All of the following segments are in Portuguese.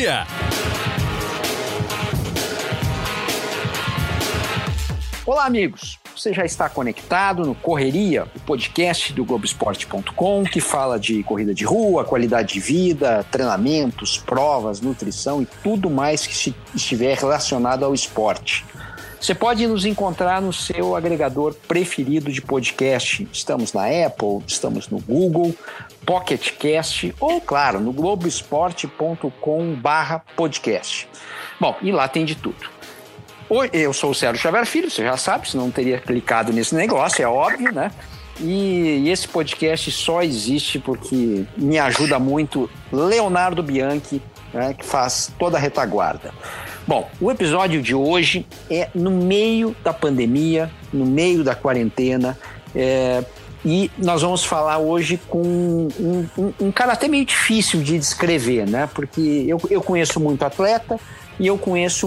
Correria. Olá, amigos. Você já está conectado no Correria, o podcast do Globoesporte.com, que fala de corrida de rua, qualidade de vida, treinamentos, provas, nutrição e tudo mais que estiver relacionado ao esporte. Você pode nos encontrar no seu agregador preferido de podcast. Estamos na Apple, estamos no Google, Pocket Cast ou, claro, no Globoesporte.com/podcast. Bom, e lá tem de tudo. Oi, eu sou o Sérgio Xavier Filho, você já sabe, senão não teria clicado nesse negócio, é óbvio, né? E esse podcast só existe porque me ajuda muito Leonardo Bianchi, né, que faz toda a retaguarda. Bom, o episódio de hoje é no meio da pandemia, no meio da quarentena, e nós vamos falar hoje com um cara até meio difícil de descrever, né? Porque eu conheço muito atleta e eu conheço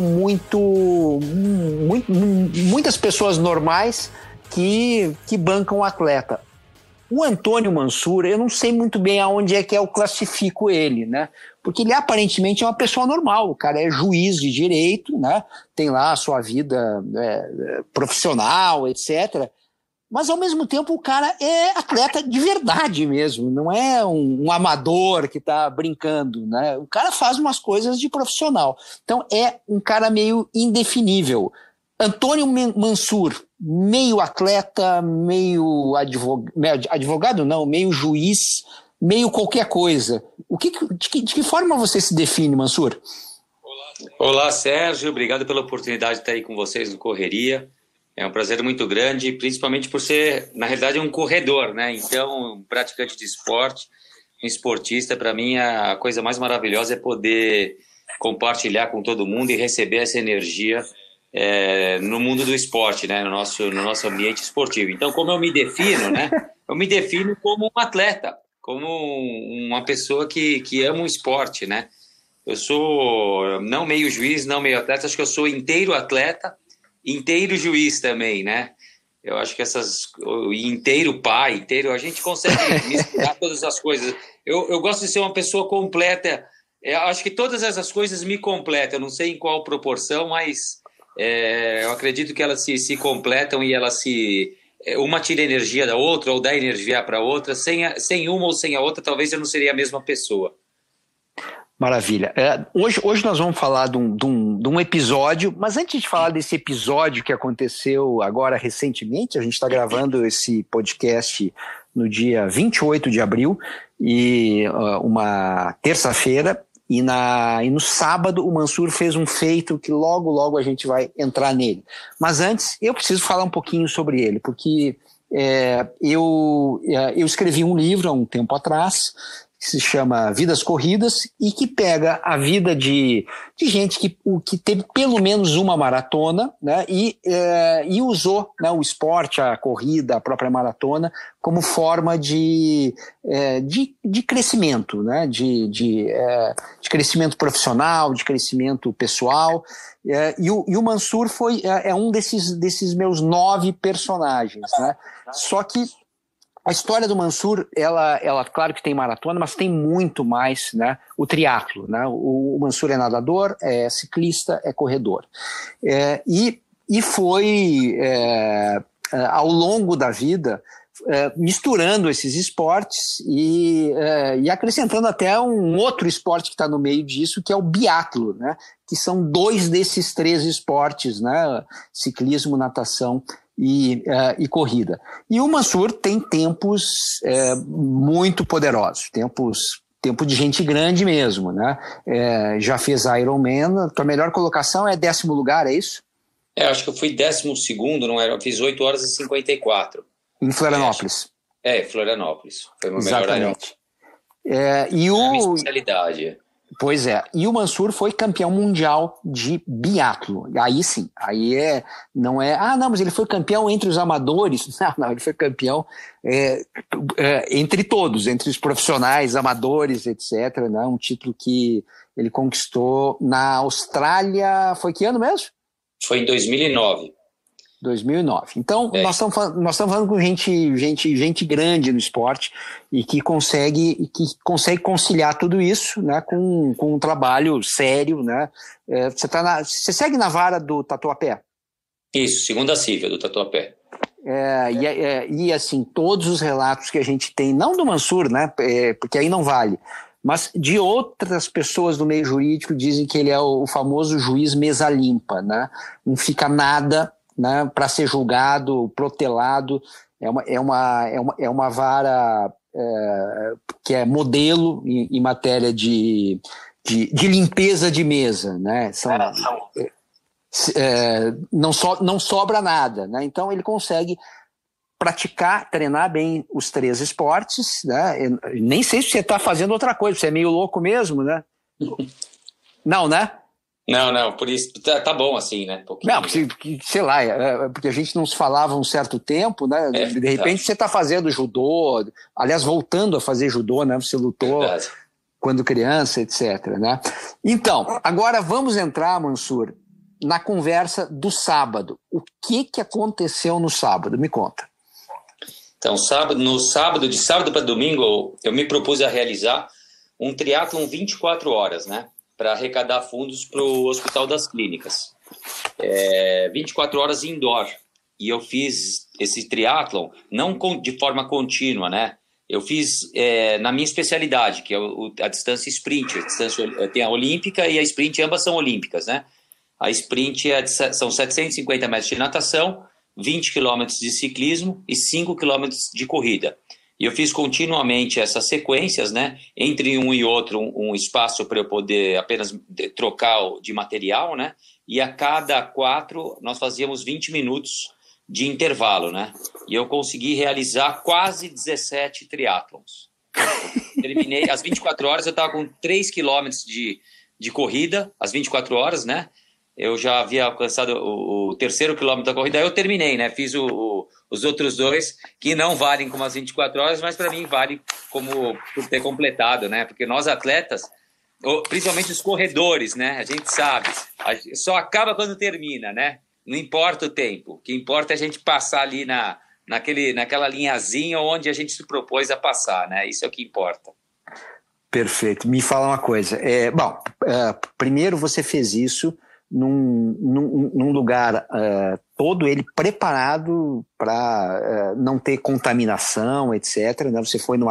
muitas pessoas normais que bancam o atleta. O Antônio Mansur, eu não sei muito bem aonde é que eu classifico ele, né? Porque ele aparentemente é uma pessoa normal, o cara é juiz de direito, né? Tem lá a sua vida profissional, etc. Mas, ao mesmo tempo, o cara é atleta de verdade mesmo, não é um amador que está brincando, né? O cara faz umas coisas de profissional. Então, é um cara meio indefinível. Antônio Mansur, meio atleta, meio advogado não, meio juiz, meio qualquer coisa. De que forma você se define, Mansur? Olá, Sérgio, obrigado pela oportunidade de estar aí com vocês no Correria. É um prazer muito grande, principalmente por ser, na realidade, um corredor, né? Então, um praticante de esporte, um esportista, para mim, a coisa mais maravilhosa é poder compartilhar com todo mundo e receber essa energia no mundo do esporte, né? No nosso ambiente esportivo. Então, como eu me defino, né? Eu me defino como um atleta, como uma pessoa que ama o esporte, né? Eu sou não meio juiz, não meio atleta, acho que eu sou inteiro atleta, inteiro juiz também, né? Eu acho que inteiro pai, inteiro, a gente consegue misturar todas as coisas. Eu gosto de ser uma pessoa completa. Eu acho que todas essas coisas me completam. Eu não sei em qual proporção, mas eu acredito que elas se completam e elas uma tira energia da outra ou dá energia para a outra. Sem uma ou sem a outra, talvez eu não seria a mesma pessoa. Maravilha. Hoje nós vamos falar de um episódio, mas antes de falar desse episódio que aconteceu agora recentemente, a gente está gravando esse podcast no dia 28 de abril, e uma terça-feira, e no sábado o Mansur fez um feito que logo a gente vai entrar nele. Mas antes, eu preciso falar um pouquinho sobre ele, porque eu escrevi um livro há um tempo atrás, que se chama Vidas Corridas, e que pega a vida de gente que teve pelo menos uma maratona, né, e usou, né, o esporte, a corrida, a própria maratona, como forma de crescimento, né, de crescimento profissional, de crescimento pessoal. E o Mansur é um desses meus 9 personagens, né? Só que a história do Mansur, ela claro que tem maratona, mas tem muito mais, né? O triatlo, né? O Mansur é nadador, é ciclista, é corredor. E foi, ao longo da vida, misturando esses esportes e acrescentando até um outro esporte que está no meio disso, que é o biatlo, né? Que são 2 desses 3 esportes, né? Ciclismo, natação e corrida. E o Mansur tem tempos muito poderosos, tempo de gente grande mesmo, né? Já fez Ironman. Tua melhor colocação é 10º lugar, é isso? Acho que eu fui 12º, não era? Eu fiz 8 horas e 54. Em Florianópolis. Florianópolis. Foi o meu melhor Ironman. E a minha especialidade. Pois é, e o Mansur foi campeão mundial de biatlo. Aí sim, não, mas ele foi campeão entre os amadores. Não, ele foi campeão entre todos, entre os profissionais, amadores, etc. Né? Um título que ele conquistou na Austrália, foi que ano mesmo? Foi em 2009. 2009. Então, nós estamos falando com gente grande no esporte e que consegue conciliar tudo isso, né, com um trabalho sério, né? Você segue na vara do Tatuapé? Isso, segunda cívia do Tatuapé. E assim, todos os relatos que a gente tem, não do Mansur, né, porque aí não vale, mas de outras pessoas do meio jurídico, dizem que ele é o famoso juiz mesa limpa, né? Não fica nada, né, para ser julgado, protelado. É uma vara que é modelo em matéria de limpeza de mesa, né? Não sobra nada, né? Então ele consegue praticar, treinar bem os 3 esportes, né? Eu nem sei se você está fazendo outra coisa, você é meio louco mesmo, né? Não, né? Não, por isso tá bom assim, né? Não, porque, sei lá, porque a gente não se falava um certo tempo, né? De repente você está fazendo judô, aliás, voltando a fazer judô, né? Você lutou quando criança, etc, né? Então, agora vamos entrar, Mansur, na conversa do sábado. O que aconteceu no sábado? Me conta. Então, de sábado para domingo, eu me propus a realizar um triatlon 24 horas, né? Para arrecadar fundos para o Hospital das Clínicas. 24 horas indoor. E eu fiz esse triatlon não de forma contínua, né? Eu fiz na minha especialidade, que é a distância sprint. Tem a olímpica e a sprint, ambas são olímpicas, né? A sprint são 750 metros de natação, 20 quilômetros de ciclismo e 5 quilômetros de corrida. E eu fiz continuamente essas sequências, né? Entre um e outro, um espaço para eu poder apenas trocar de material, né? E a cada 4 nós fazíamos 20 minutos de intervalo, né? E eu consegui realizar quase 17 triatlons. Terminei, às 24 horas eu estava com 3 quilômetros de corrida, às 24 horas, né? Eu já havia alcançado o 3º quilômetro da corrida, aí eu terminei, né? Fiz os outros 2, que não valem como as 24 horas, mas para mim vale como por ter completado, né? Porque nós atletas, principalmente os corredores, né? A gente sabe, só acaba quando termina, né? Não importa o tempo, o que importa é a gente passar ali naquela linhazinha onde a gente se propôs a passar, né? Isso é o que importa. Perfeito. Me fala uma coisa. Primeiro você fez isso num lugar todo ele preparado para não ter contaminação, etc. Né? Você foi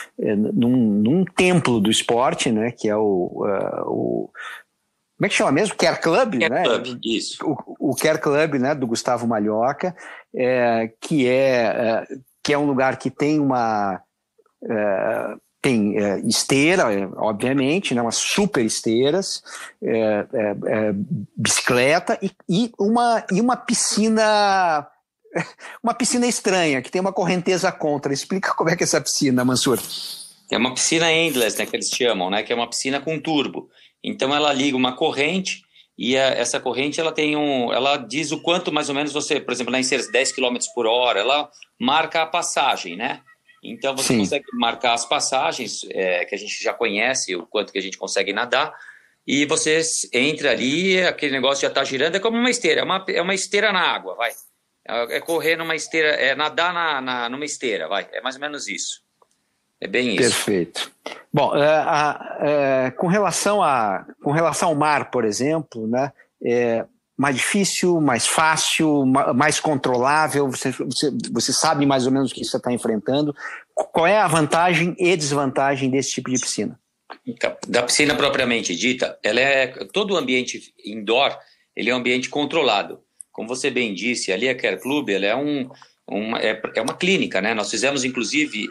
num templo do esporte, né? Que é o como é que chama mesmo? Care Club, Care né? Club, isso. O Care Club, né? Do Gustavo Malhoca, que é um lugar que tem tem esteira, obviamente, né, umas super esteiras, bicicleta e uma piscina estranha, que tem uma correnteza contra. Explica como é que é essa piscina, Mansur. É uma piscina endless, né, que eles chamam, né, que é uma piscina com turbo. Então ela liga uma corrente e essa corrente ela diz o quanto mais ou menos você, por exemplo, lá em 10 km por hora, ela marca a passagem, né? Então você consegue marcar as passagens que a gente já conhece, o quanto que a gente consegue nadar, e você entra ali, aquele negócio já está girando, é como uma esteira, é uma esteira na água, vai. É correr numa esteira, é nadar numa esteira, vai. É mais ou menos isso. É bem isso. Perfeito. Bom, com relação ao mar, por exemplo, né, mais difícil, mais fácil, mais controlável, você sabe mais ou menos o que você está enfrentando. Qual é a vantagem e desvantagem desse tipo de piscina? Então, da piscina propriamente dita, todo o ambiente indoor, ele é um ambiente controlado. Como você bem disse, ali a Care Club, ela é uma clínica, né? Nós fizemos, inclusive,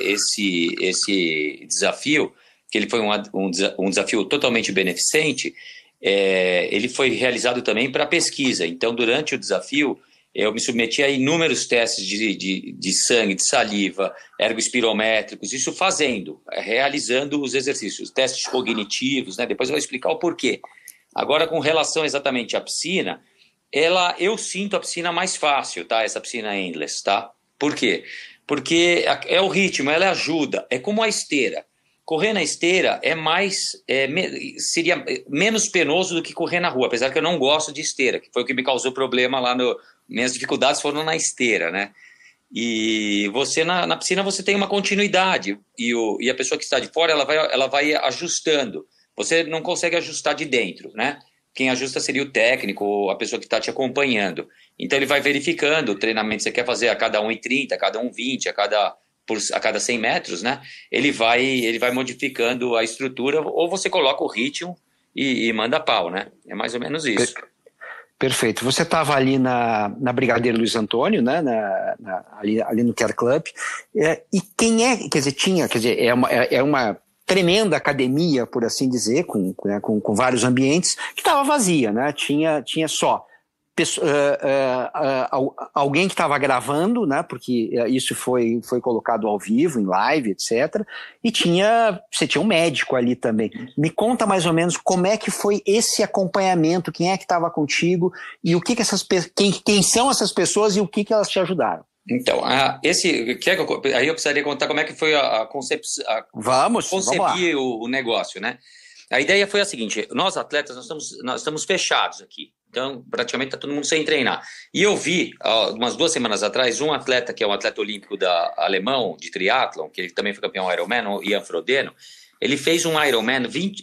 esse desafio, que ele foi um desafio totalmente beneficente. Ele foi realizado também para pesquisa. Então, durante o desafio, eu me submeti a inúmeros testes de sangue, de saliva, ergospirométricos, isso realizando os exercícios, testes cognitivos, né? Depois eu vou explicar o porquê. Agora, com relação exatamente à piscina, eu sinto a piscina mais fácil, tá? Essa piscina endless, tá? Por quê? Porque é o ritmo, ela ajuda, é como a esteira. correr na esteira seria menos penoso do que correr na rua, apesar que eu não gosto de esteira, que foi o que me causou problema lá minhas dificuldades foram na esteira, né? E você na piscina você tem uma continuidade e a pessoa que está de fora ela vai ajustando. Você não consegue ajustar de dentro, né? Quem ajusta seria o técnico ou a pessoa que está te acompanhando. Então ele vai verificando o treinamento que você quer fazer a cada 1,30, a cada 1,20, a cada 100 metros, né? Ele vai modificando a estrutura ou você coloca o ritmo e manda pau, né? É mais ou menos isso. Perfeito. Você estava ali na Brigadeiro Luiz Antônio, né? Ali no Care Club. E quem é uma tremenda academia, por assim dizer, com vários ambientes, que estava vazia, né? Tinha só alguém que estava gravando, né? Porque isso foi colocado ao vivo, em live, etc. E você tinha um médico ali também. Me conta mais ou menos como é que foi esse acompanhamento, quem é que estava contigo e o que quem são essas pessoas e o que elas te ajudaram. Então, aí eu precisaria contar como é que foi a concepção. Conceber o negócio, né? A ideia foi a seguinte: nós atletas, nós estamos fechados aqui. Então, praticamente está todo mundo sem treinar. E eu vi, umas 2 semanas atrás, um atleta que é um atleta olímpico alemão de triatlon, que ele também foi campeão Ironman, o Ian Frodeno. Ele fez um Ironman,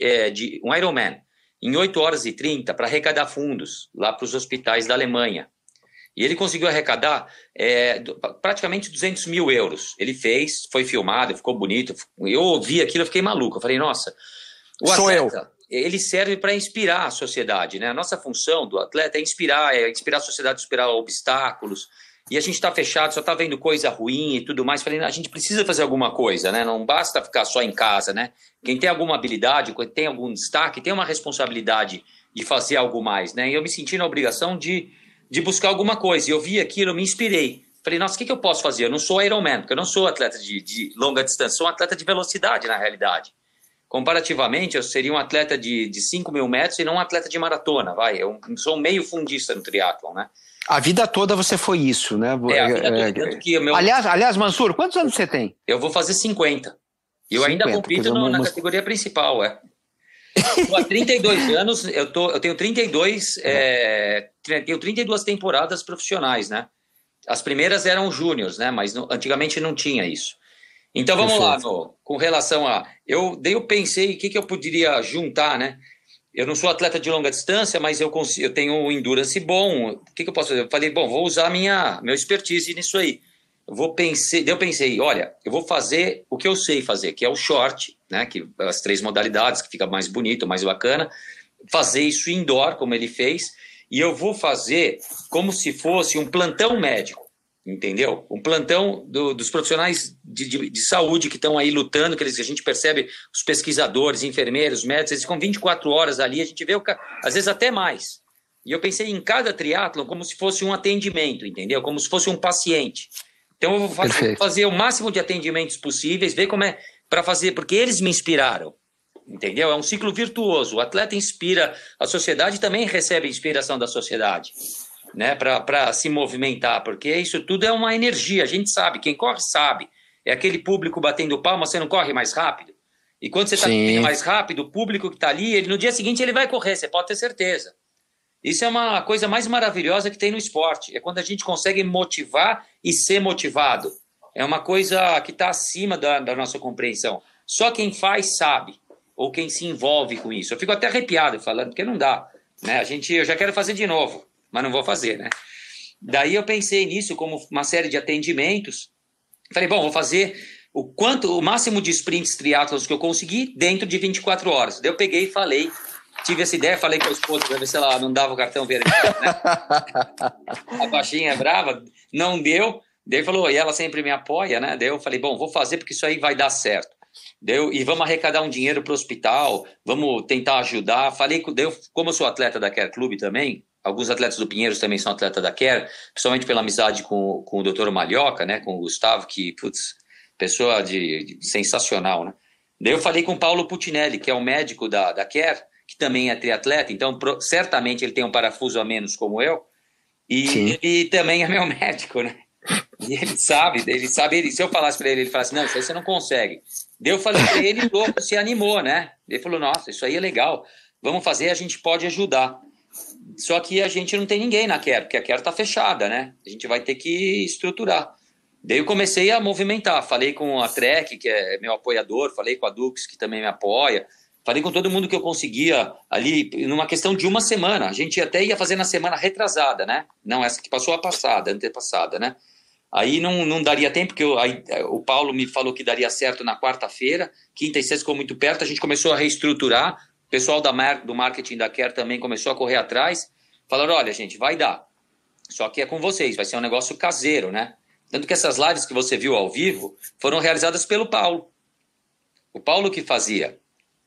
um Ironman em 8 horas e 30 para arrecadar fundos lá para os hospitais da Alemanha. E ele conseguiu arrecadar praticamente 200 mil euros. Ele fez, foi filmado, ficou bonito. Eu ouvi aquilo, eu fiquei maluco. Eu falei, nossa, o atleta, ele serve para inspirar a sociedade, né? A nossa função do atleta é inspirar a sociedade a superar obstáculos. E a gente está fechado, só está vendo coisa ruim e tudo mais. Falei, a gente precisa fazer alguma coisa, né? Não basta ficar só em casa, né? Quem tem alguma habilidade, quem tem algum destaque, tem uma responsabilidade de fazer algo mais, né? E eu me senti na obrigação de buscar alguma coisa. E eu vi aquilo, eu me inspirei. Falei, nossa, o que eu posso fazer? Eu não sou Ironman, porque eu não sou atleta de longa distância, sou um atleta de velocidade, na realidade. Comparativamente, eu seria um atleta de 5 mil metros e não um atleta de maratona, vai. Eu sou um meio fundista no triatlon, né? A vida toda você foi isso, né? A vida toda, tanto que Aliás, Mansur, quantos anos você tem? Eu vou fazer 50. E eu ainda compito na categoria principal, Há 32 anos, eu tenho 32, tenho 32 temporadas profissionais, né? As primeiras eram júniors, né? Mas antigamente não tinha isso. Então vamos lá, com relação a... Eu pensei o que eu poderia juntar, né? Eu não sou atleta de longa distância, mas eu tenho um endurance bom. O que eu posso fazer? Eu falei, bom, vou usar meu expertise nisso aí. Eu pensei, olha, eu vou fazer o que eu sei fazer, que é o short, né? Que as 3 modalidades, que fica mais bonito, mais bacana. Fazer isso indoor, como ele fez. E eu vou fazer como se fosse um plantão médico. Entendeu? Um plantão dos profissionais de saúde que estão aí lutando, que a gente percebe os pesquisadores, enfermeiros, médicos, eles ficam 24 horas ali, a gente vê, às vezes até mais. E eu pensei em cada triatlon como se fosse um atendimento, entendeu? Como se fosse um paciente. Então eu vou fazer o máximo de atendimentos possíveis, ver como é para fazer, porque eles me inspiraram, entendeu? É um ciclo virtuoso. O atleta inspira a sociedade e também recebe inspiração da sociedade, né, para se movimentar, porque isso tudo é uma energia, a gente sabe, quem corre sabe, é aquele público batendo palma, você não corre mais rápido, e quando você está correndo mais rápido, o público que está ali, no dia seguinte ele vai correr, você pode ter certeza. Isso é uma coisa mais maravilhosa que tem no esporte, é quando a gente consegue motivar e ser motivado, é uma coisa que está acima da nossa compreensão, só quem faz sabe, ou quem se envolve com isso. Eu fico até arrepiado falando, porque não dá, né? Eu já quero fazer de novo, mas não vou fazer, né? Daí eu pensei nisso como uma série de atendimentos. Falei, bom, vou fazer o máximo de sprints triatlons que eu conseguir dentro de 24 horas. Daí eu peguei e falei, tive essa ideia, falei com a esposa para ver se ela não dava o cartão vermelho, né? A baixinha é brava, não deu. Daí falou, e ela sempre me apoia, né? Daí eu falei, bom, vou fazer porque isso aí vai dar certo. E vamos arrecadar um dinheiro para o hospital, vamos tentar ajudar. Falei, como eu sou atleta da Care Club também, alguns atletas do Pinheiros também são atletas da Care, principalmente pela amizade com o Dr. Malhoca, né, com o Gustavo, que, pessoa sensacional, né? Daí eu falei com o Paulo Putinelli, que é um médico da Care, que também é triatleta, então certamente ele tem um parafuso a menos como eu, e ele também é meu médico, né? E ele sabe, se eu falasse para ele falasse, não, isso aí você não consegue. Daí eu falei para ele, louco, se animou, né? Ele falou, nossa, isso aí é legal, vamos fazer, a gente pode ajudar. Só que a gente não tem ninguém na Quer, porque a Quer tá fechada, né? A gente vai ter que estruturar. Daí eu comecei a movimentar, falei com a Trek, que é meu apoiador, falei com a Dux, que também me apoia, falei com todo mundo que eu conseguia ali, numa questão de uma semana. A gente até ia fazer na semana retrasada, né? Não, essa que passou a passada, antepassada, né? Aí não daria tempo, porque o Paulo me falou que daria certo na quarta-feira, quinta e sexta ficou muito perto, a gente começou a reestruturar, o pessoal do marketing da Quer também começou a correr atrás, falaram, olha, gente, vai dar, só que é com vocês, vai ser um negócio caseiro, né? Tanto que essas lives que você viu ao vivo foram realizadas pelo Paulo. O Paulo que fazia.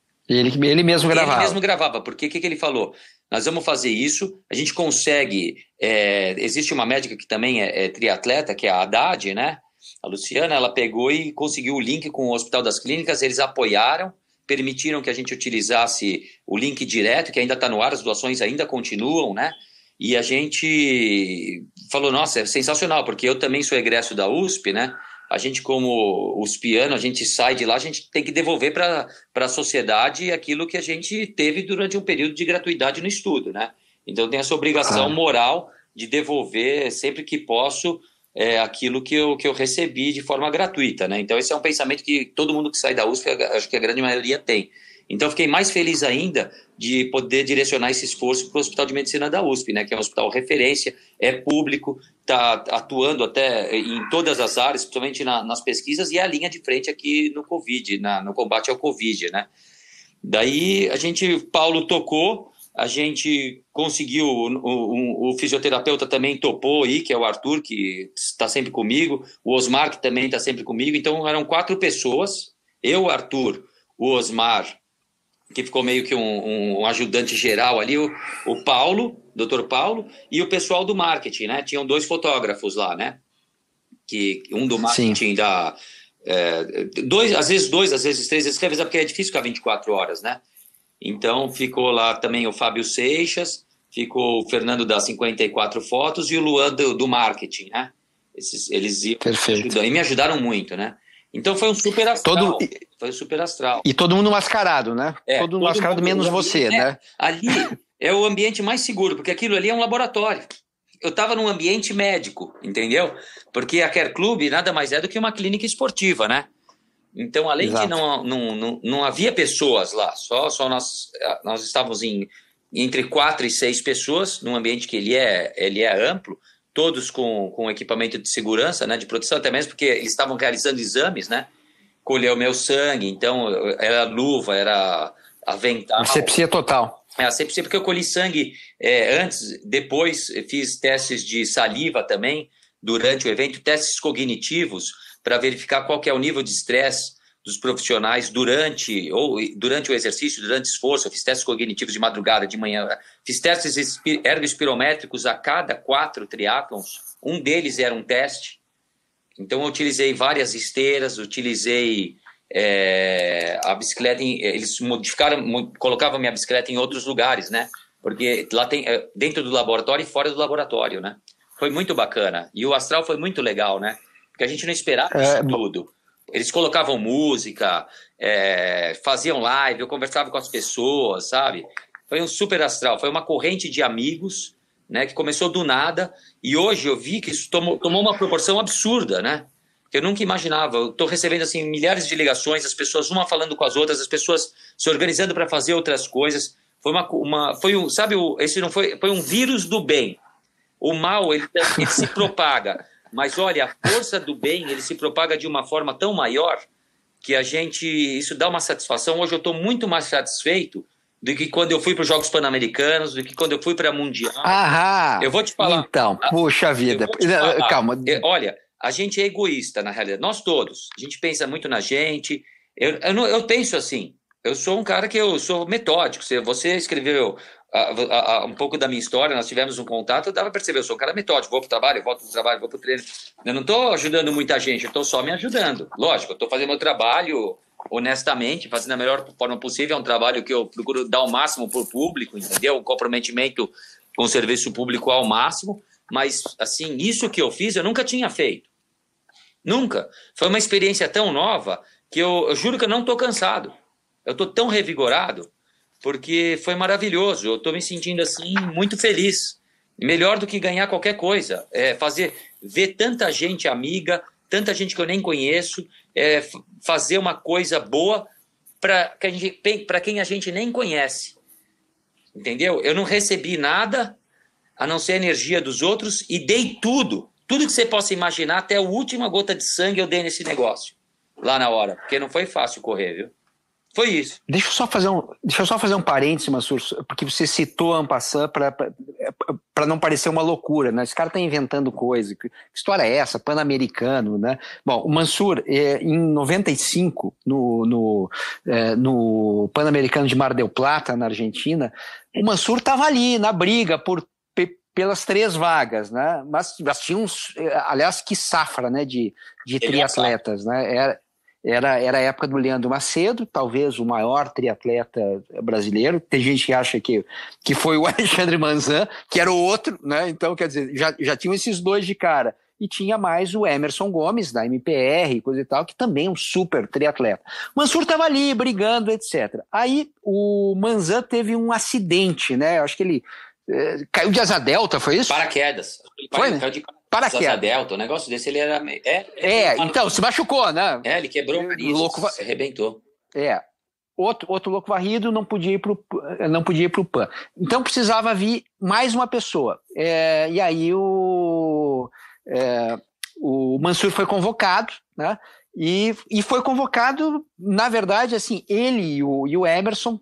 Ele mesmo gravava. Ele mesmo gravava, porque o que ele falou? Nós vamos fazer isso, a gente consegue... existe uma médica que também é triatleta, que é a Haddad, né? A Luciana, ela pegou e conseguiu o link com o Hospital das Clínicas, eles apoiaram, permitiram que a gente utilizasse o link direto, que ainda está no ar, as doações ainda continuam, né? E a gente falou, nossa, é sensacional, porque eu também sou egresso da USP, né? A gente, como uspiano, a gente sai de lá, a gente tem que devolver para a sociedade aquilo que a gente teve durante um período de gratuidade no estudo, né? Então, tem essa obrigação moral de devolver, sempre que posso, aquilo que eu recebi de forma gratuita, né? Então, esse é um pensamento que todo mundo que sai da USP, acho que a grande maioria tem. Então, eu fiquei mais feliz ainda de poder direcionar esse esforço para o Hospital de Medicina da USP, né, que é um hospital referência, é público, está atuando até em todas as áreas, principalmente nas pesquisas, e é a linha de frente aqui no Covid, no combate ao Covid, né? Daí, Paulo tocou, a gente conseguiu, o fisioterapeuta também topou aí, que é o Arthur, que está sempre comigo, o Osmar, que também está sempre comigo, então eram 4 pessoas, eu, o Arthur, o Osmar, que ficou meio que um ajudante geral ali, o Paulo, Dr. Paulo, e o pessoal do marketing, né? Tinham 2 fotógrafos lá, né? Um do marketing às vezes 2, às vezes 3, às vezes porque é difícil ficar 24 horas, né? Então ficou lá também o Fábio Seixas, ficou o Fernando das 54 fotos e o Luan do marketing, né? Eles iam ajudando, e me ajudaram muito, né? Então foi um super astral. Foi um super astral. E todo mundo mascarado, né? Todo mundo mascarado, menos você, né? Ali é o ambiente mais seguro, porque aquilo ali é um laboratório. Eu estava num ambiente médico, entendeu? Porque a Care Club nada mais é do que uma clínica esportiva, né? Então, além de não havia pessoas lá, só nós estávamos entre 4 e 6 pessoas, num ambiente que ele é amplo, todos com equipamento de segurança, né, de proteção, até mesmo porque eles estavam realizando exames, né, colheu meu sangue, então era luva, era avental. Asepsia total. Asepsia, porque eu colhi sangue antes, depois fiz testes de saliva também, durante o evento, testes cognitivos, para verificar qual que é o nível de estresse dos profissionais durante o exercício, durante o esforço. Eu fiz testes cognitivos de madrugada, de manhã, fiz testes ergoespirométricos a cada 4 triatlons, um deles era um teste. Então eu utilizei várias esteiras, utilizei a bicicleta, eles colocavam minha bicicleta em outros lugares, né? Porque lá tem dentro do laboratório e fora do laboratório, né? Foi muito bacana. E o astral foi muito legal, né? Porque a gente não esperava isso tudo. Eles colocavam música, faziam live, eu conversava com as pessoas, sabe? Foi um super astral, foi uma corrente de amigos, né, que começou do nada, e hoje eu vi que isso tomou uma proporção absurda, né? Que eu nunca imaginava. Eu estou recebendo assim, milhares de ligações, as pessoas uma falando com as outras, as pessoas se organizando para fazer outras coisas. Foi foi um vírus do bem. O mal, ele se propaga. Mas olha, a força do bem, ele se propaga de uma forma tão maior que isso dá uma satisfação. Hoje eu estou muito mais satisfeito do que quando eu fui para os Jogos Pan-Americanos, do que quando eu fui para a Mundial. Eu vou te falar. Então, puxa vida. Calma. Olha, a gente é egoísta, na realidade. Nós todos. A gente pensa muito na gente. Eu penso assim. Eu sou um cara que eu sou metódico. Você escreveu um pouco da minha história, nós tivemos um contato, eu dava para perceber, eu sou um cara metódico, vou para o trabalho, volto para o trabalho, vou para o treino. Eu não estou ajudando muita gente, eu estou só me ajudando. Lógico, eu estou fazendo meu trabalho honestamente, fazendo a melhor forma possível. É um trabalho que eu procuro dar o máximo para o público, entendeu? Um comprometimento com o serviço público ao máximo. Mas, assim, isso que eu fiz, eu nunca tinha feito. Nunca. Foi uma experiência tão nova que eu juro que eu não estou cansado. Eu estou tão revigorado porque foi maravilhoso. Eu estou me sentindo assim muito feliz. Melhor do que ganhar qualquer coisa. Ver tanta gente amiga, tanta gente que eu nem conheço, fazer uma coisa boa para quem a gente nem conhece. Entendeu? Eu não recebi nada a não ser a energia dos outros e dei tudo. Tudo que você possa imaginar, até a última gota de sangue eu dei nesse negócio. Lá na hora. Porque não foi fácil correr, viu? Foi isso. Deixa eu só fazer um parênteses, Mansur, porque você citou en passant para não parecer uma loucura, né? Esse cara está inventando coisa. Que história é essa? Pan-americano, né? Bom, o Mansur, em 95, no Pan-americano de Mar del Plata, na Argentina, o Mansur estava ali, na briga pelas 3 vagas, né? Mas tinha uns, aliás, que safra, né? De triatletas, né? Era a época do Leandro Macedo, talvez o maior triatleta brasileiro. Tem gente que acha que foi o Alexandre Manzan, que era o outro, né? Então, quer dizer, já tinham esses 2 de cara. E tinha mais o Emerson Gomes, da MPR, coisa e tal, que também é um super triatleta. O Mansur estava ali, brigando, etc. Aí o Manzan teve um acidente, né? Eu acho que ele caiu de asa delta, foi isso? Paraquedas. Foi, né? Caiu de paraquedas. Asa delta, o negócio desse, ele era... Então, se machucou, né? Ele quebrou o nariz, se arrebentou. Outro louco varrido não podia ir pro PAN. Então precisava vir mais uma pessoa. E aí o Mansur foi convocado, né? E foi convocado, na verdade, assim, ele e o Emerson,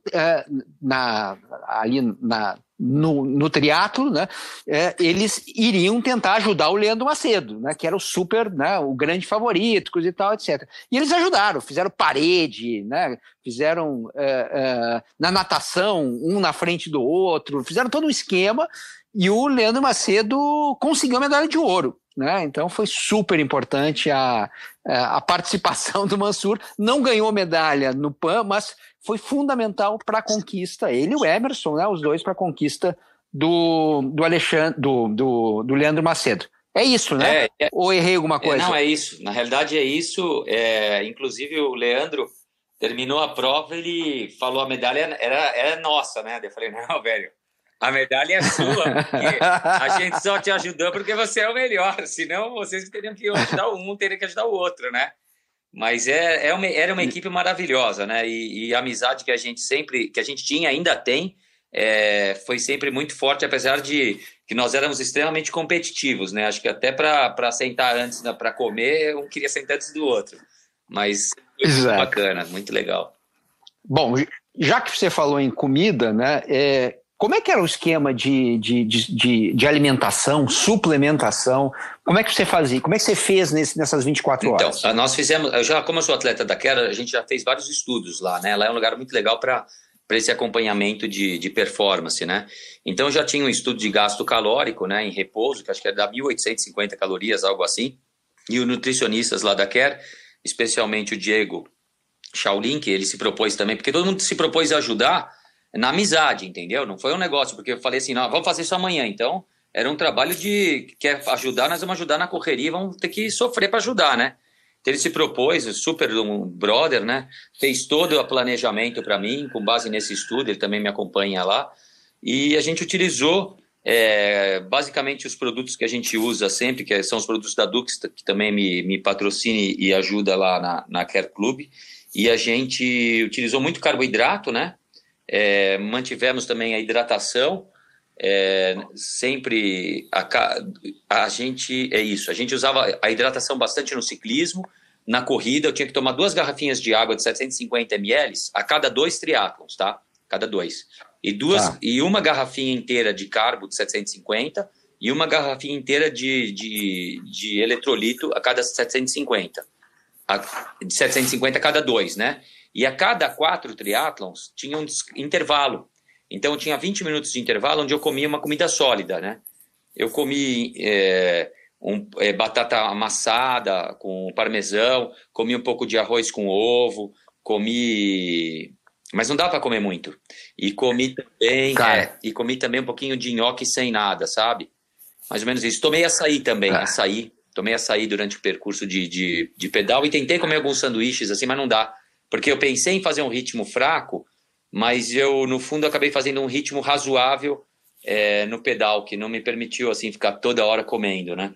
no triatlo, né? Eles iriam tentar ajudar o Leandro Macedo, né? Que era o super, né? O grande favorito, coisa e tal, etc. E eles ajudaram, fizeram parede, né? Fizeram na natação, um na frente do outro, fizeram todo um esquema, e o Leandro Macedo conseguiu a medalha de ouro, né? Então foi super importante a participação do Mansur. Não ganhou medalha no PAN, mas foi fundamental para a conquista, ele e o Emerson, né? Os dois para a conquista do Leandro Macedo. É isso, né? Ou errei alguma coisa? Não, é isso. Na realidade é isso. Inclusive o Leandro terminou a prova, ele falou a medalha era nossa, né? Eu falei, não, velho, a medalha é sua, porque a gente só te ajudou porque você é o melhor, senão vocês teriam que ajudar um teria que ajudar o outro, né? Mas era uma equipe maravilhosa, né? E a amizade que a gente tinha, ainda tem, foi sempre muito forte, apesar de que nós éramos extremamente competitivos, né? Acho que até para sentar antes, para comer, um queria sentar antes do outro. Mas foi muito bacana, muito legal. Bom, já que você falou em comida, né? Como é que era o esquema de alimentação, suplementação? Como é que você fazia? Como é que você fez nessas 24 horas? Então, nós fizemos... Como eu sou atleta da Kera, a gente já fez vários estudos lá, né? Lá é um lugar muito legal para esse acompanhamento de performance, né? Então, já tinha um estudo de gasto calórico, né? Em repouso, que acho que era 1.850 calorias, algo assim. E os nutricionistas lá da Kera, especialmente o Diego Shaolin, que ele se propôs também, porque todo mundo se propôs a ajudar na amizade, entendeu? Não foi um negócio, porque eu falei assim, não, vamos fazer isso amanhã. Então, era um trabalho quer ajudar, nós vamos ajudar na correria, vamos ter que sofrer para ajudar, né? Então, ele se propôs, super um brother, né? Fez todo o planejamento para mim, com base nesse estudo, ele também me acompanha lá. E a gente utilizou, basicamente, os produtos que a gente usa sempre, que são os produtos da Dux, que também me patrocina e ajuda lá na Care Club. E a gente utilizou muito carboidrato, né? Mantivemos também a hidratação, sempre a gente usava a hidratação bastante no ciclismo. Na corrida eu tinha que tomar 2 garrafinhas de água de 750 ml a cada 2 triatlons, tá? Cada 2 e uma garrafinha inteira de carbo de 750 e uma garrafinha inteira de eletrolito a cada 750 de 750 a cada 2, né? E a cada 4 triatlons tinha um intervalo. Então, eu tinha 20 minutos de intervalo onde eu comia uma comida sólida, né? Eu comi batata amassada com parmesão, comi um pouco de arroz com ovo, mas não dá para comer muito. E comi também um pouquinho de nhoque sem nada, sabe? Mais ou menos isso. Tomei açaí também, tomei açaí durante o percurso de pedal e tentei comer alguns sanduíches assim, mas não dá. Porque eu pensei em fazer um ritmo fraco, mas eu, no fundo, acabei fazendo um ritmo razoável no pedal, que não me permitiu assim ficar toda hora comendo, né?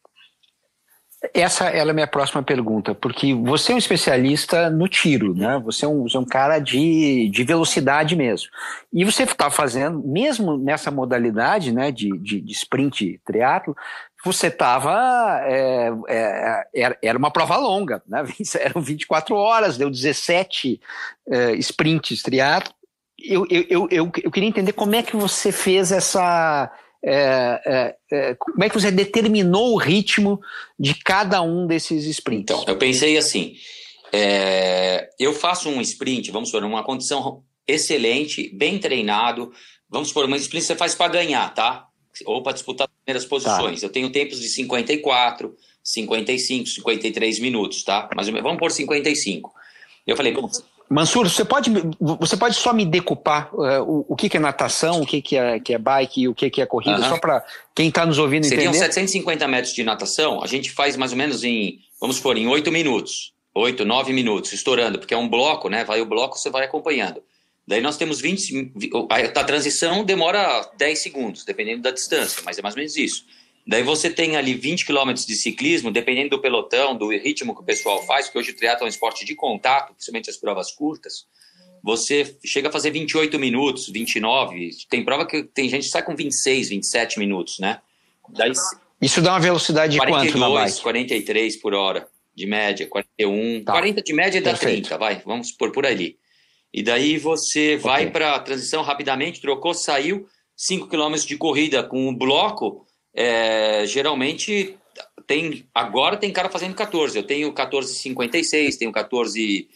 Essa é a minha próxima pergunta, porque você é um especialista no tiro, né? Você é um cara de velocidade mesmo. E você está fazendo, mesmo nessa modalidade, né, de sprint triatlo, você estava... era uma prova longa, né? Eram 24 horas, deu 17 sprints triatlo. Eu queria entender como é que você fez essa... como é que você determinou o ritmo de cada um desses sprints? Então, eu pensei assim, eu faço um sprint, vamos supor, numa condição excelente, bem treinado, vamos supor, uma sprint você faz para ganhar, tá? Ou para disputar as primeiras posições. Tá. Eu tenho tempos de 54, 55, 53 minutos, tá? Mas vamos por 55. Eu falei, bom... Mansur, você pode só me decupar o que é natação, o que é bike e o que é corrida, só para quem está nos ouvindo entender? Seriam 750 metros de natação, a gente faz mais ou menos vamos supor, em 8 minutos, 8, 9 minutos, estourando, porque é um bloco, né? Vai o bloco, você vai acompanhando. Daí nós temos a transição demora 10 segundos, dependendo da distância, mas é mais ou menos isso. Daí você tem ali 20 quilômetros de ciclismo, dependendo do pelotão, do ritmo que o pessoal faz, porque hoje o triatlo é um esporte de contato, principalmente as provas curtas, você chega a fazer 28 minutos, 29, tem prova que tem gente que sai com 26, 27 minutos, né? Daí, isso dá uma velocidade de 42, quanto na bike? 43 por hora, de média, 41, 40 de média dá 30, vamos por ali. E daí você vai para a transição rapidamente, trocou, saiu, 5 quilômetros de corrida com o bloco. Geralmente agora tem cara fazendo 14, eu tenho 14,56, tenho 14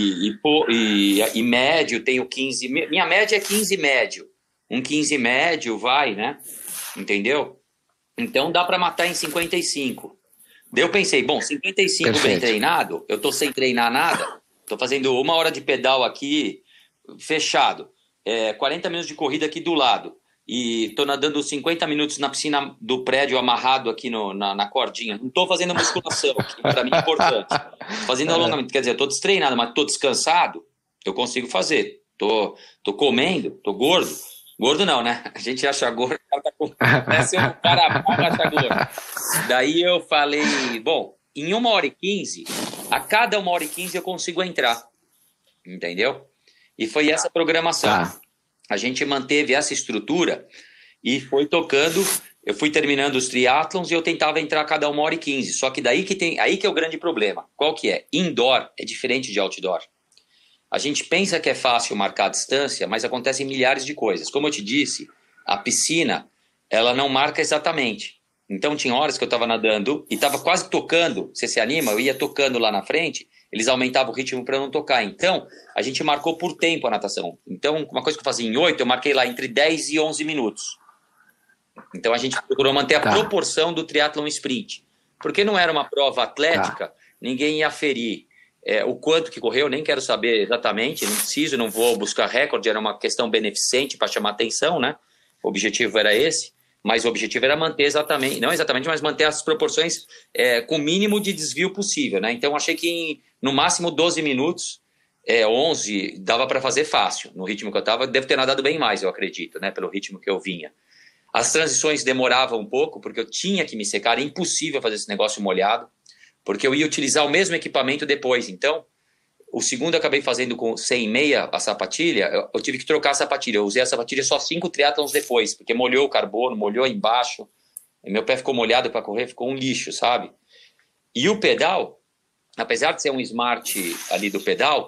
e médio, tenho 15, minha média é 15 médio, um 15 médio vai, né, entendeu? Então dá para matar em 55. Daí eu pensei, bom, 55 Perfeito. Bem treinado, eu tô sem treinar nada, tô fazendo 1 hora de pedal aqui fechado, 40 minutos de corrida aqui do lado. E tô nadando 50 minutos na piscina do prédio amarrado aqui na cordinha. Não tô fazendo musculação, que para mim é importante. Fazendo alongamento, quer dizer, eu tô destreinado, mas tô descansado, eu consigo fazer. Tô comendo, tô gordo. Gordo não, né? A gente acha gordo, o cara tá com... Parece um cara acha gordo. Daí eu falei, bom, em 1h15, a cada 1h15 eu consigo entrar. Entendeu? E foi essa programação. A gente manteve essa estrutura e foi tocando. Eu fui terminando os triatlons e eu tentava entrar a cada 1h15. Só que aí que é o grande problema. Qual que é? Indoor é diferente de outdoor. A gente pensa que é fácil marcar a distância, mas acontecem milhares de coisas. Como eu te disse, a piscina, ela não marca exatamente. Então tinha horas que eu estava nadando e estava quase tocando. Você se anima? Eu ia tocando lá na frente. Eles aumentavam o ritmo para não tocar. Então, a gente marcou por tempo a natação. Então, uma coisa que eu fazia em 8, eu marquei lá entre 10 e 11 minutos. Então, a gente procurou manter a proporção do triatlon sprint. Porque não era uma prova atlética, ninguém ia aferir o quanto que correu, nem quero saber exatamente, não preciso, não vou buscar recorde, era uma questão beneficente para chamar atenção, né? O objetivo era esse. Mas o objetivo era manter exatamente, não exatamente, mas manter as proporções com o mínimo de desvio possível, né? Então, achei que no máximo 12 minutos, 11, dava para fazer fácil. No ritmo que eu estava, devo ter nadado bem mais, eu acredito, né? Pelo ritmo que eu vinha. As transições demoravam um pouco, porque eu tinha que me secar, era impossível fazer esse negócio molhado, porque eu ia utilizar o mesmo equipamento depois. Então, o segundo eu acabei fazendo sem meia a sapatilha, eu tive que trocar a sapatilha. Eu usei a sapatilha só 5 triatlons depois, porque molhou o carbono, molhou embaixo. E meu pé ficou molhado para correr, ficou um lixo, sabe? E o pedal, apesar de ser um smart ali do pedal,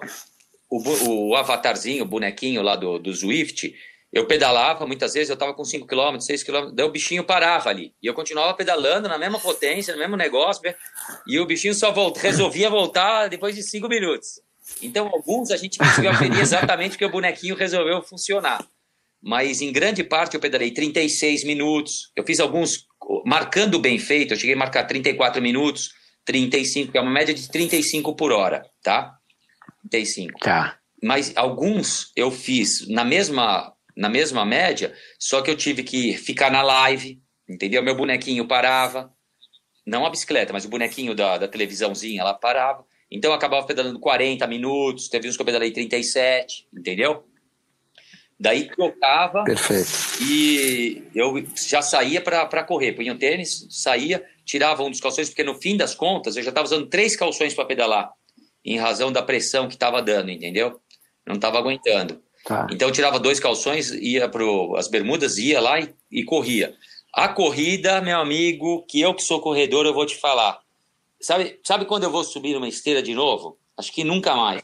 o avatarzinho, o bonequinho lá do Zwift, eu pedalava, muitas vezes eu estava com 5 km, 6 km, daí o bichinho parava ali. E eu continuava pedalando na mesma potência, no mesmo negócio, e o bichinho só resolvia voltar depois de 5 minutos. Então, alguns a gente conseguiu aferir exatamente porque o bonequinho resolveu funcionar. Mas, em grande parte, eu pedalei 36 minutos. Eu fiz alguns marcando bem feito. Eu cheguei a marcar 34 minutos, 35, que é uma média de 35 por hora, tá? 35. Tá. Mas alguns eu fiz na mesma média, só que eu tive que ficar na live, entendeu? Meu bonequinho parava. não a bicicleta, mas o bonequinho da televisãozinha, ela parava. Então eu acabava pedalando 40 minutos, teve uns que eu pedalei 37, entendeu? Daí trocava. Perfeito. E eu já saía para correr, punha o tênis, saía, tirava um dos calções, porque no fim das contas eu já estava usando 3 calções para pedalar, em razão da pressão que estava dando, entendeu? Não estava aguentando. Tá. Então eu tirava 2 calções, ia para as bermudas, ia lá e corria. A corrida, meu amigo, que sou corredor, eu vou te falar. Sabe quando eu vou subir numa esteira de novo? Acho que nunca mais.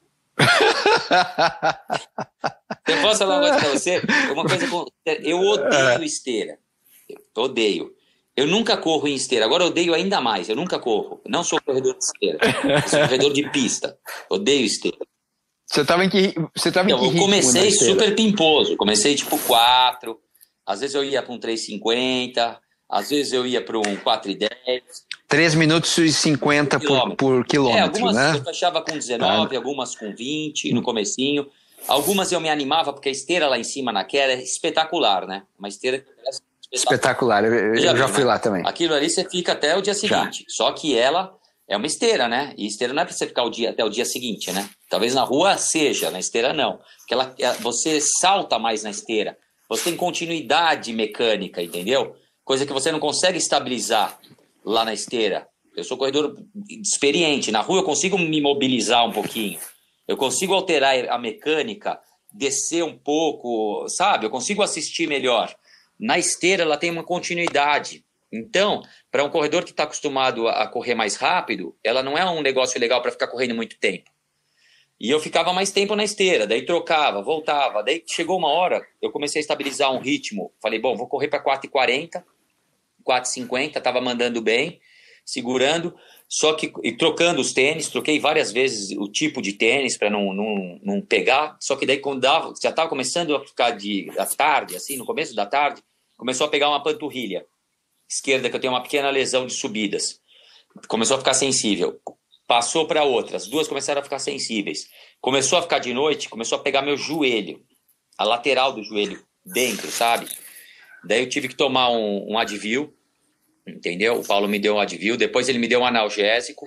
Eu posso falar uma coisa pra você? Eu odeio esteira. Eu odeio. Eu nunca corro em esteira. Agora eu odeio ainda mais. Eu nunca corro. Eu não sou corredor de esteira. Eu sou corredor de pista. Odeio esteira. Você estava em que Eu comecei super pimposo. Comecei tipo 4. Às vezes eu ia para um 3,50. Às vezes eu ia para um 4,10. 3 minutos e 50 por quilômetro, algumas né? eu fechava com 19, algumas com 20 no comecinho. Algumas eu me animava, porque a esteira lá em cima na queda é espetacular, né? Uma esteira espetacular. Eu já fui lá também. Aquilo ali você fica até o dia seguinte. Só que ela é uma esteira, né? E esteira não é para você ficar até o dia seguinte, né? Talvez na rua seja, na esteira não. Porque você salta mais na esteira. Você tem continuidade mecânica, entendeu? Coisa que você não consegue estabilizar lá na esteira. Eu sou corredor experiente. Na rua eu consigo me mobilizar um pouquinho. Eu consigo alterar a mecânica, descer um pouco, sabe? Eu consigo assistir melhor. Na esteira ela tem uma continuidade. Então, para um corredor que está acostumado a correr mais rápido, ela não é um negócio legal para ficar correndo muito tempo. E eu ficava mais tempo na esteira, daí trocava, voltava. Daí chegou uma hora, eu comecei a estabilizar um ritmo. Falei, bom, vou correr para 4,40, 4,50, estava mandando bem, segurando, só que e trocando os tênis, troquei várias vezes o tipo de tênis para não pegar, só que daí quando já estava começando a ficar da tarde, assim, no começo da tarde, começou a pegar uma panturrilha esquerda, que eu tenho uma pequena lesão de subidas. Começou a ficar sensível. Passou para outras, 2 começaram a ficar sensíveis. Começou a ficar de noite, começou a pegar meu joelho, a lateral do joelho dentro, sabe? Daí eu tive que tomar um Advil, entendeu? O Paulo me deu um Advil, depois ele me deu um analgésico.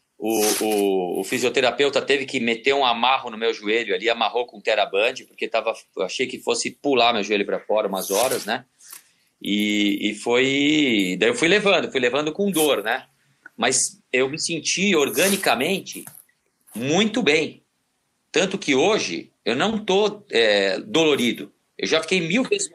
O fisioterapeuta teve que meter um amarro no meu joelho ali, amarrou com Teraband, porque eu achei que fosse pular meu joelho para fora umas horas, né? Daí eu fui levando com dor, né? Mas eu me senti organicamente muito bem. Tanto que hoje eu não estou dolorido. Eu já fiquei 1000 vezes.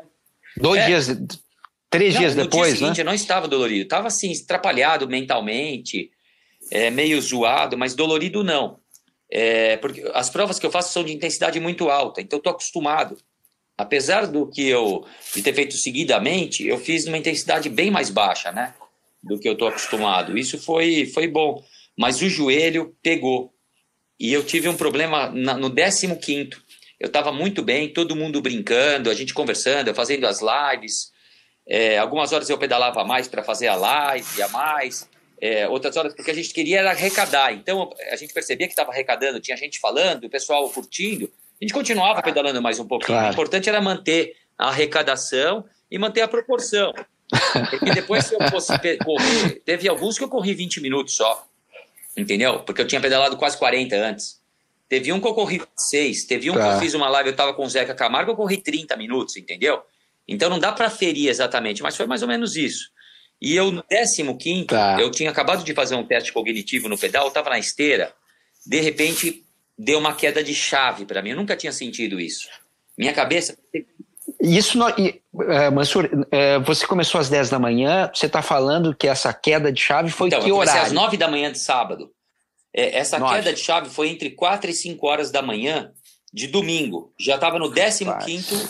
3 dias depois, no dia seguinte, né? eu não estava dolorido. Estava assim, atrapalhado mentalmente, meio zoado, mas dolorido não. Porque as provas que eu faço são de intensidade muito alta, então eu estou acostumado. Apesar de ter feito seguidamente, eu fiz numa intensidade bem mais baixa, né? Do que eu estou acostumado. Isso foi bom. Mas o joelho pegou. E eu tive um problema no 15º. Eu estava muito bem, todo mundo brincando, a gente conversando, eu fazendo as lives. Algumas horas eu pedalava mais para fazer a live, a mais. Outras horas, porque a gente queria era arrecadar. Então a gente percebia que estava arrecadando, tinha gente falando, o pessoal curtindo. A gente continuava pedalando mais um pouquinho. Claro. O importante era manter a arrecadação e manter a proporção. Porque depois, se eu fosse correr, teve alguns que eu corri 20 minutos só, entendeu? Porque eu tinha pedalado quase 40 antes. Teve um que eu corri 6, teve um que eu fiz uma live, eu tava com o Zeca Camargo, eu corri 30 minutos, entendeu? Então não dá para ferir exatamente, mas foi mais ou menos isso. E eu no 15º, eu tinha acabado de fazer um teste cognitivo no pedal, eu tava na esteira, de repente deu uma queda de chave para mim, eu nunca tinha sentido isso. Minha cabeça... Isso, Mansur, você começou às 10 da manhã, você está falando que essa queda de chave foi que horário? Eu comecei às 9 da manhã de sábado. Essa queda de chave foi entre 4 e 5 horas da manhã de domingo. Já estava no 15º,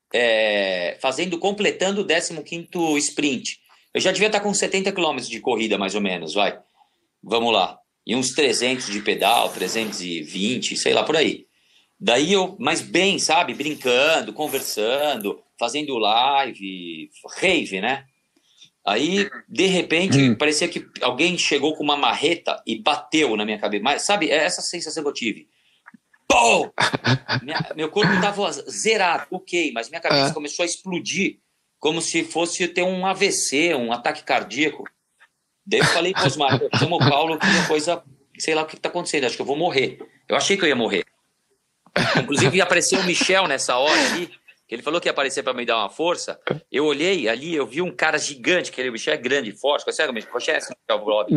completando o 15º sprint. Eu já devia estar com 70 quilômetros de corrida, mais ou menos, vai. Vamos lá. E uns 300 de pedal, 320, sei lá, por aí. Daí mas bem, sabe, brincando, conversando, fazendo live, rave, né? Aí, de repente, parecia que alguém chegou com uma marreta e bateu na minha cabeça. Mas, sabe, é essa sensação que eu tive. Pô! Meu corpo estava zerado, ok, mas minha cabeça começou a explodir, como se fosse ter um AVC, um ataque cardíaco. Daí eu falei, pô, Osmar, eu chamo o Paulo, que é coisa, sei lá o que está acontecendo, acho que eu vou morrer. Eu achei que eu ia morrer. Inclusive, apareceu o Michel nessa hora ali, que ele falou que ia aparecer para me dar uma força. Eu olhei ali, eu vi um cara gigante, que ele, o Michel é grande, forte. Conhece o Michel Bob?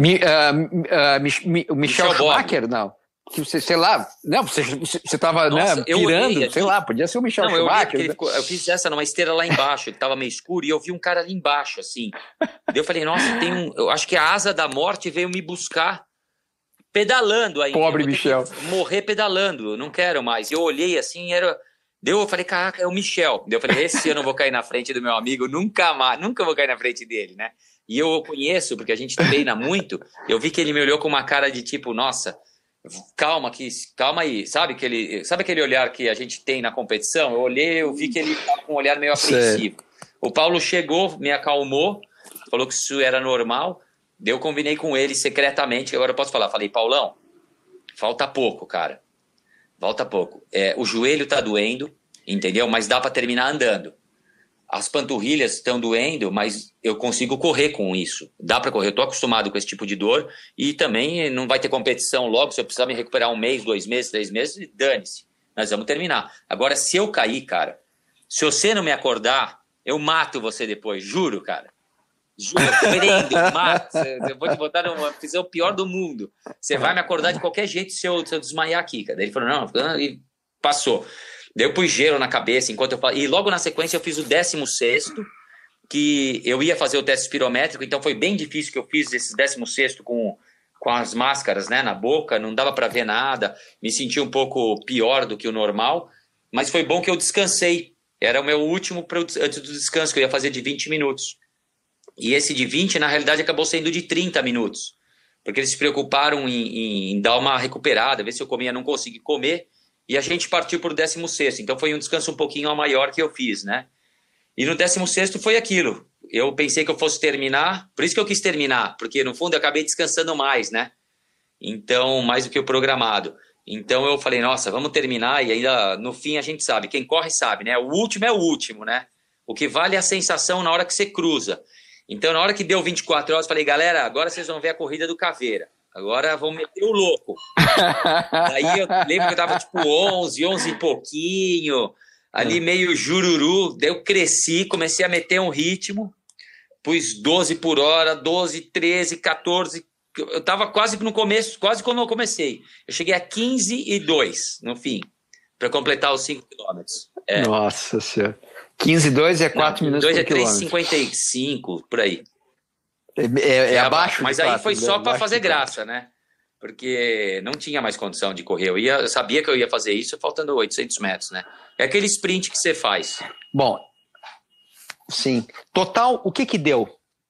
O Michel Schumacher, não. Que você, sei lá, não, você estava, né, pirando, sei lá, podia ser o Michel Schumacher. Eu fiz essa numa esteira lá embaixo, ele estava meio escuro, e eu vi um cara ali embaixo, assim. Daí eu falei, nossa, eu acho que a asa da morte veio me buscar pedalando aí. Pobre Michel. Morrer pedalando, não quero mais. Eu olhei assim, eu falei, caraca, é o Michel. Daí eu falei, esse eu não vou cair na frente do meu amigo, nunca mais, nunca vou cair na frente dele, né? E eu o conheço, porque a gente treina muito, eu vi que ele me olhou com uma cara de tipo, nossa, calma aí, sabe aquele olhar que a gente tem na competição? Eu olhei, eu vi que ele estava com um olhar meio apreensivo. O Paulo chegou, me acalmou, falou que isso era normal. Daí eu combinei com ele secretamente, agora eu posso falar. Falei, Paulão, falta pouco, cara. Falta pouco. O joelho tá doendo, entendeu? Mas dá para terminar andando. As panturrilhas estão doendo, mas eu consigo correr com isso. Dá para correr, eu tô acostumado com esse tipo de dor. E também não vai ter competição logo, se eu precisar me recuperar 1 mês, 2 meses, 3 meses, dane-se. Nós vamos terminar. Agora, se eu cair, cara, se você não me acordar, eu mato você depois, juro, cara. Juro, eu prendo, mato. Eu vou te botar numa prisão pior do mundo. Você vai me acordar de qualquer jeito se eu desmaiar aqui, cara. Daí ele falou, não, e passou. Daí eu pus gelo na cabeça enquanto eu falava. E logo na sequência eu fiz o 16º, que eu ia fazer o teste espirométrico, então foi bem difícil que eu fiz esse 16º com as máscaras, né, na boca, não dava para ver nada, me senti um pouco pior do que o normal, mas foi bom que eu descansei. Era o meu último antes do descanso, que eu ia fazer de 20 minutos. E esse de 20, na realidade, acabou sendo de 30 minutos, porque eles se preocuparam em dar uma recuperada, ver se eu comia, não consegui comer, e a gente partiu para o 16º, então foi um descanso um pouquinho maior que eu fiz, né? E no 16º foi aquilo, eu pensei que eu fosse terminar, por isso que eu quis terminar, porque no fundo eu acabei descansando mais, né? Então, mais do que o programado. Então eu falei, nossa, vamos terminar, e ainda no fim a gente sabe, quem corre sabe, né? O último é o último, né? O que vale é a sensação na hora que você cruza. Então, na hora que deu 24 horas, eu falei, galera, agora vocês vão ver a corrida do Caveira. Agora vão meter o louco. Daí eu lembro que eu tava tipo 11 e pouquinho, ali meio jururu. Daí eu cresci, comecei a meter um ritmo, pus 12 por hora, 12, 13, 14. Eu tava quase no começo, quase como eu comecei. Eu cheguei a 15:02 no fim, para completar os 5 quilômetros. Nossa Senhora. 15:02 é 4 minutos por quilômetro. 3:55, por aí. É abaixo. Mas aí foi só para fazer graça, né? Porque não tinha mais condição de correr. Eu sabia que eu ia fazer isso faltando 800 metros, né? É aquele sprint que você faz. Bom, sim. Total, o que deu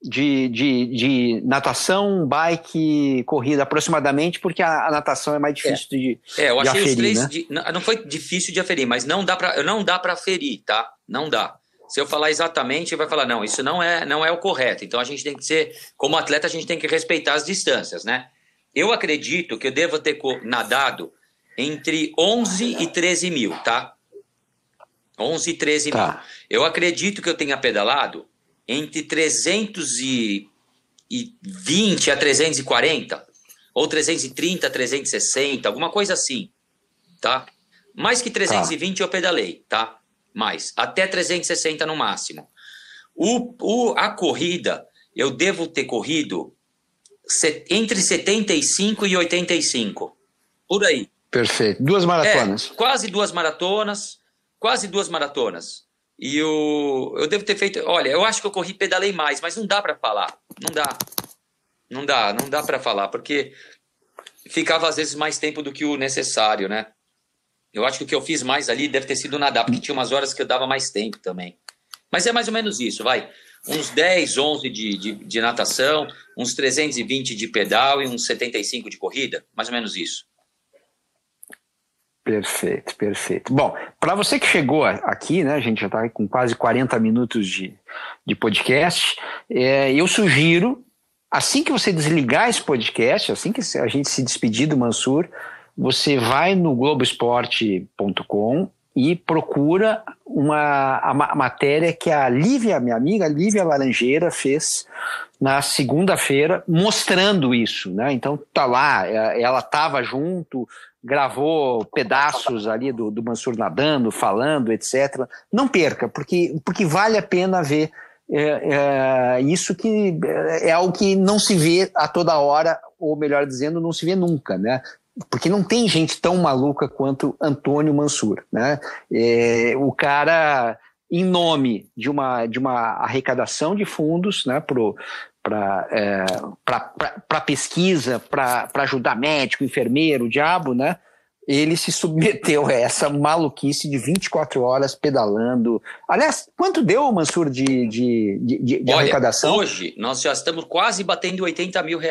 de natação, bike, corrida, aproximadamente, porque a natação é mais difícil de eu achei aferir, os três, né? não foi difícil de aferir, mas não dá para aferir, tá? Não dá. Se eu falar exatamente, vai falar, não, isso não é o correto. Então a gente tem que ser, como atleta, a gente tem que respeitar as distâncias, né? Eu acredito que eu devo ter nadado entre 11 e 13 mil, tá? 11 e 13 mil. Eu acredito que eu tenha pedalado entre 320 a 340, ou 330 a 360, alguma coisa assim, tá? Mais que 320 eu pedalei, tá? Mais, até 360 no máximo. A corrida, eu devo ter corrido entre 75 e 85, por aí. Perfeito. 2 maratonas. Quase duas maratonas. E eu devo ter feito... Olha, eu acho que eu pedalei mais, mas não dá para falar. Não dá para falar, porque ficava às vezes mais tempo do que o necessário, né? Eu acho que o que eu fiz mais ali deve ter sido nadar, porque tinha umas horas que eu dava mais tempo também. Mas é mais ou menos isso, vai. Uns 10, 11 de natação, uns 320 de pedal e uns 75 de corrida. Mais ou menos isso. Perfeito, perfeito. Bom, para você que chegou aqui, né, a gente já está com quase 40 minutos de podcast, eu sugiro, assim que você desligar esse podcast, assim que a gente se despedir do Mansur, você vai no Globoesporte.com e procura a matéria que a Lívia, minha amiga Lívia Laranjeira, fez na segunda-feira mostrando isso, né? Então tá lá, ela estava junto, gravou pedaços ali do Mansur nadando, falando, etc. Não perca, porque vale a pena ver isso, que é algo que não se vê a toda hora, ou melhor dizendo, não se vê nunca, né? Porque não tem gente tão maluca quanto Antônio Mansur, né? O cara, em nome de uma arrecadação de fundos, né, para pesquisa, para ajudar médico, enfermeiro, o diabo, né? Ele se submeteu a essa maluquice de 24 horas pedalando. Aliás, quanto deu, Mansur, de arrecadação? Hoje nós já estamos quase batendo R$80 mil.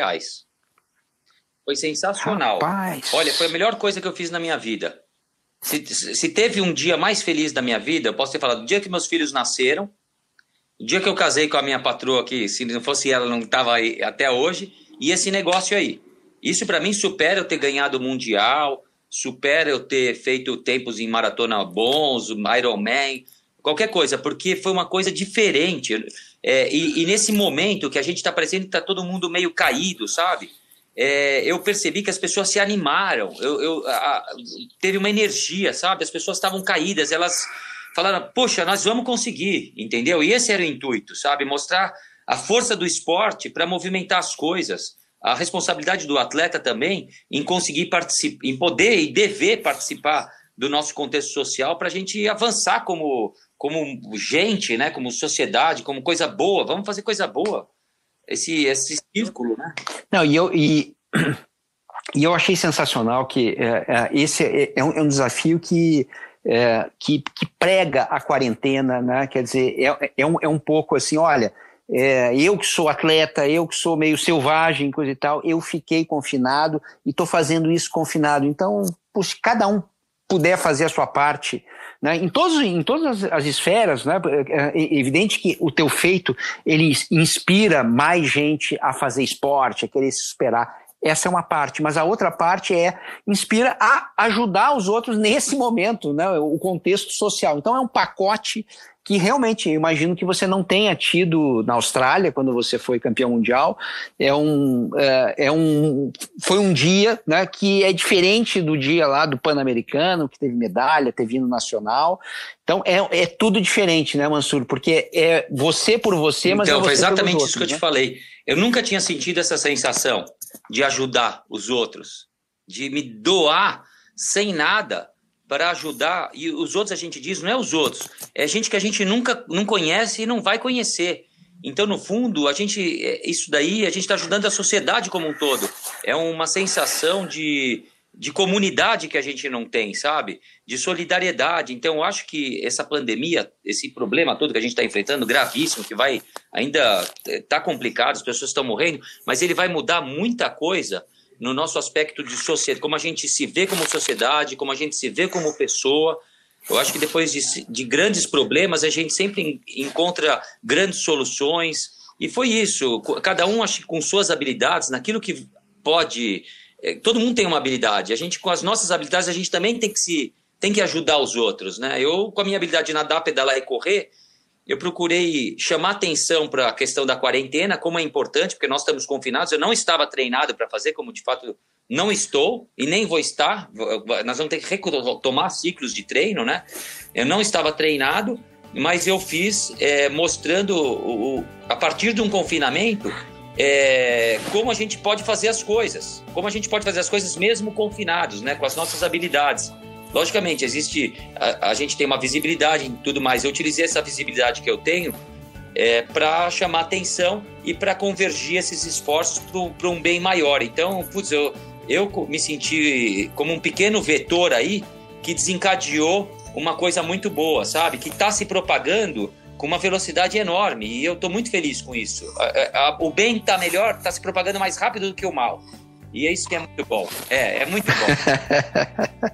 Foi sensacional. Rapaz. Olha, foi a melhor coisa que eu fiz na minha vida. Se teve um dia mais feliz da minha vida, eu posso ter falado do dia que meus filhos nasceram, o dia que eu casei com a minha patroa, que se não fosse ela, não estava aí até hoje, e esse negócio aí. Isso para mim supera eu ter ganhado o Mundial, supera eu ter feito tempos em maratona bons, Ironman, qualquer coisa, porque foi uma coisa diferente. E nesse momento que a gente está parecendo que está todo mundo meio caído, sabe? Eu percebi que as pessoas se animaram, teve uma energia, sabe? As pessoas estavam caídas, elas falaram, poxa, nós vamos conseguir, entendeu? E esse era o intuito, sabe? Mostrar a força do esporte para movimentar as coisas, a responsabilidade do atleta também em conseguir participar, em poder e dever participar do nosso contexto social para a gente avançar como gente, né? Como sociedade, como coisa boa. Vamos fazer coisa boa. Esse círculo, né? Não, e eu achei sensacional que esse é um desafio que prega a quarentena, né? Quer dizer, é um pouco assim, olha, eu que sou atleta, eu que sou meio selvagem, coisa e tal, eu fiquei confinado e estou fazendo isso confinado. Então, se cada um puder fazer a sua parte, né, em todas as esferas, né, é evidente que o teu feito ele inspira mais gente a fazer esporte, a querer se superar. Essa é uma parte, mas a outra parte inspira a ajudar os outros nesse momento, né, o contexto social. Então é um pacote que realmente eu imagino que você não tenha tido na Austrália, quando você foi campeão mundial. Foi um dia, né, que é diferente do dia lá do Pan-Americano, que teve medalha, teve hino nacional. Então é tudo diferente, né, Mansur? Porque é você por você, mas então, é você foi exatamente pelos isso outros, que eu te falei. Eu nunca tinha sentido essa sensação de ajudar os outros, de me doar sem nada para ajudar. E os outros, a gente diz, não é os outros, é gente que a gente nunca não conhece e não vai conhecer. Então, no fundo, isso daí, a gente está ajudando a sociedade como um todo. É uma sensação de comunidade que a gente não tem, sabe? De solidariedade. Então, eu acho que essa pandemia, esse problema todo que a gente está enfrentando, gravíssimo, que vai ainda tá complicado, as pessoas estão morrendo, mas ele vai mudar muita coisa no nosso aspecto de sociedade, como a gente se vê como sociedade, como a gente se vê como pessoa. Eu acho que depois de grandes problemas, a gente sempre encontra grandes soluções. E foi isso. Cada um, acho que com suas habilidades, naquilo que pode... Todo mundo tem uma habilidade. A gente, com as nossas habilidades, a gente também tem que ajudar os outros, né? Eu, com a minha habilidade de nadar, pedalar e correr, eu procurei chamar atenção para a questão da quarentena, como é importante, porque nós estamos confinados. Eu não estava treinado para fazer, como de fato não estou e nem vou estar. Nós vamos ter que retomar ciclos de treino, né? Eu não estava treinado, mas eu fiz mostrando, a partir de um confinamento, como a gente pode fazer as coisas. Como a gente pode fazer as coisas mesmo confinados, né? Com as nossas habilidades. Logicamente, a gente tem uma visibilidade e tudo mais. Eu utilizei essa visibilidade que eu tenho para chamar atenção e para convergir esses esforços para um bem maior. Então, eu me senti como um pequeno vetor aí que desencadeou uma coisa muito boa, sabe? Que está se propagando com uma velocidade enorme e eu estou muito feliz com isso. O bem está melhor, está se propagando mais rápido do que o mal. E é isso que é muito bom. É muito bom.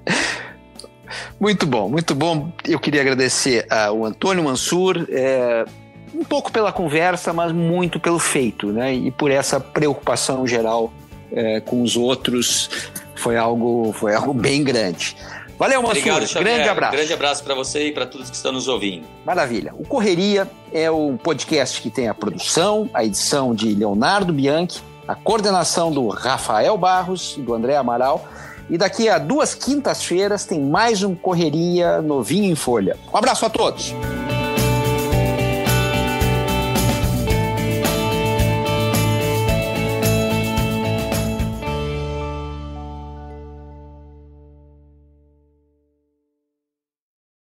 Muito bom, muito bom. Eu queria agradecer ao Antônio Mansur, um pouco pela conversa, mas muito pelo feito, né? E por essa preocupação geral com os outros. Foi algo bem grande. Valeu, Mansur. Grande abraço. Grande abraço para você e para todos que estão nos ouvindo. Maravilha. O Correria é um podcast que tem a produção, a edição de Leonardo Bianchi, a coordenação do Rafael Barros e do André Amaral. E daqui a 2 quintas-feiras tem mais um Correria novinho em folha. Um abraço a todos.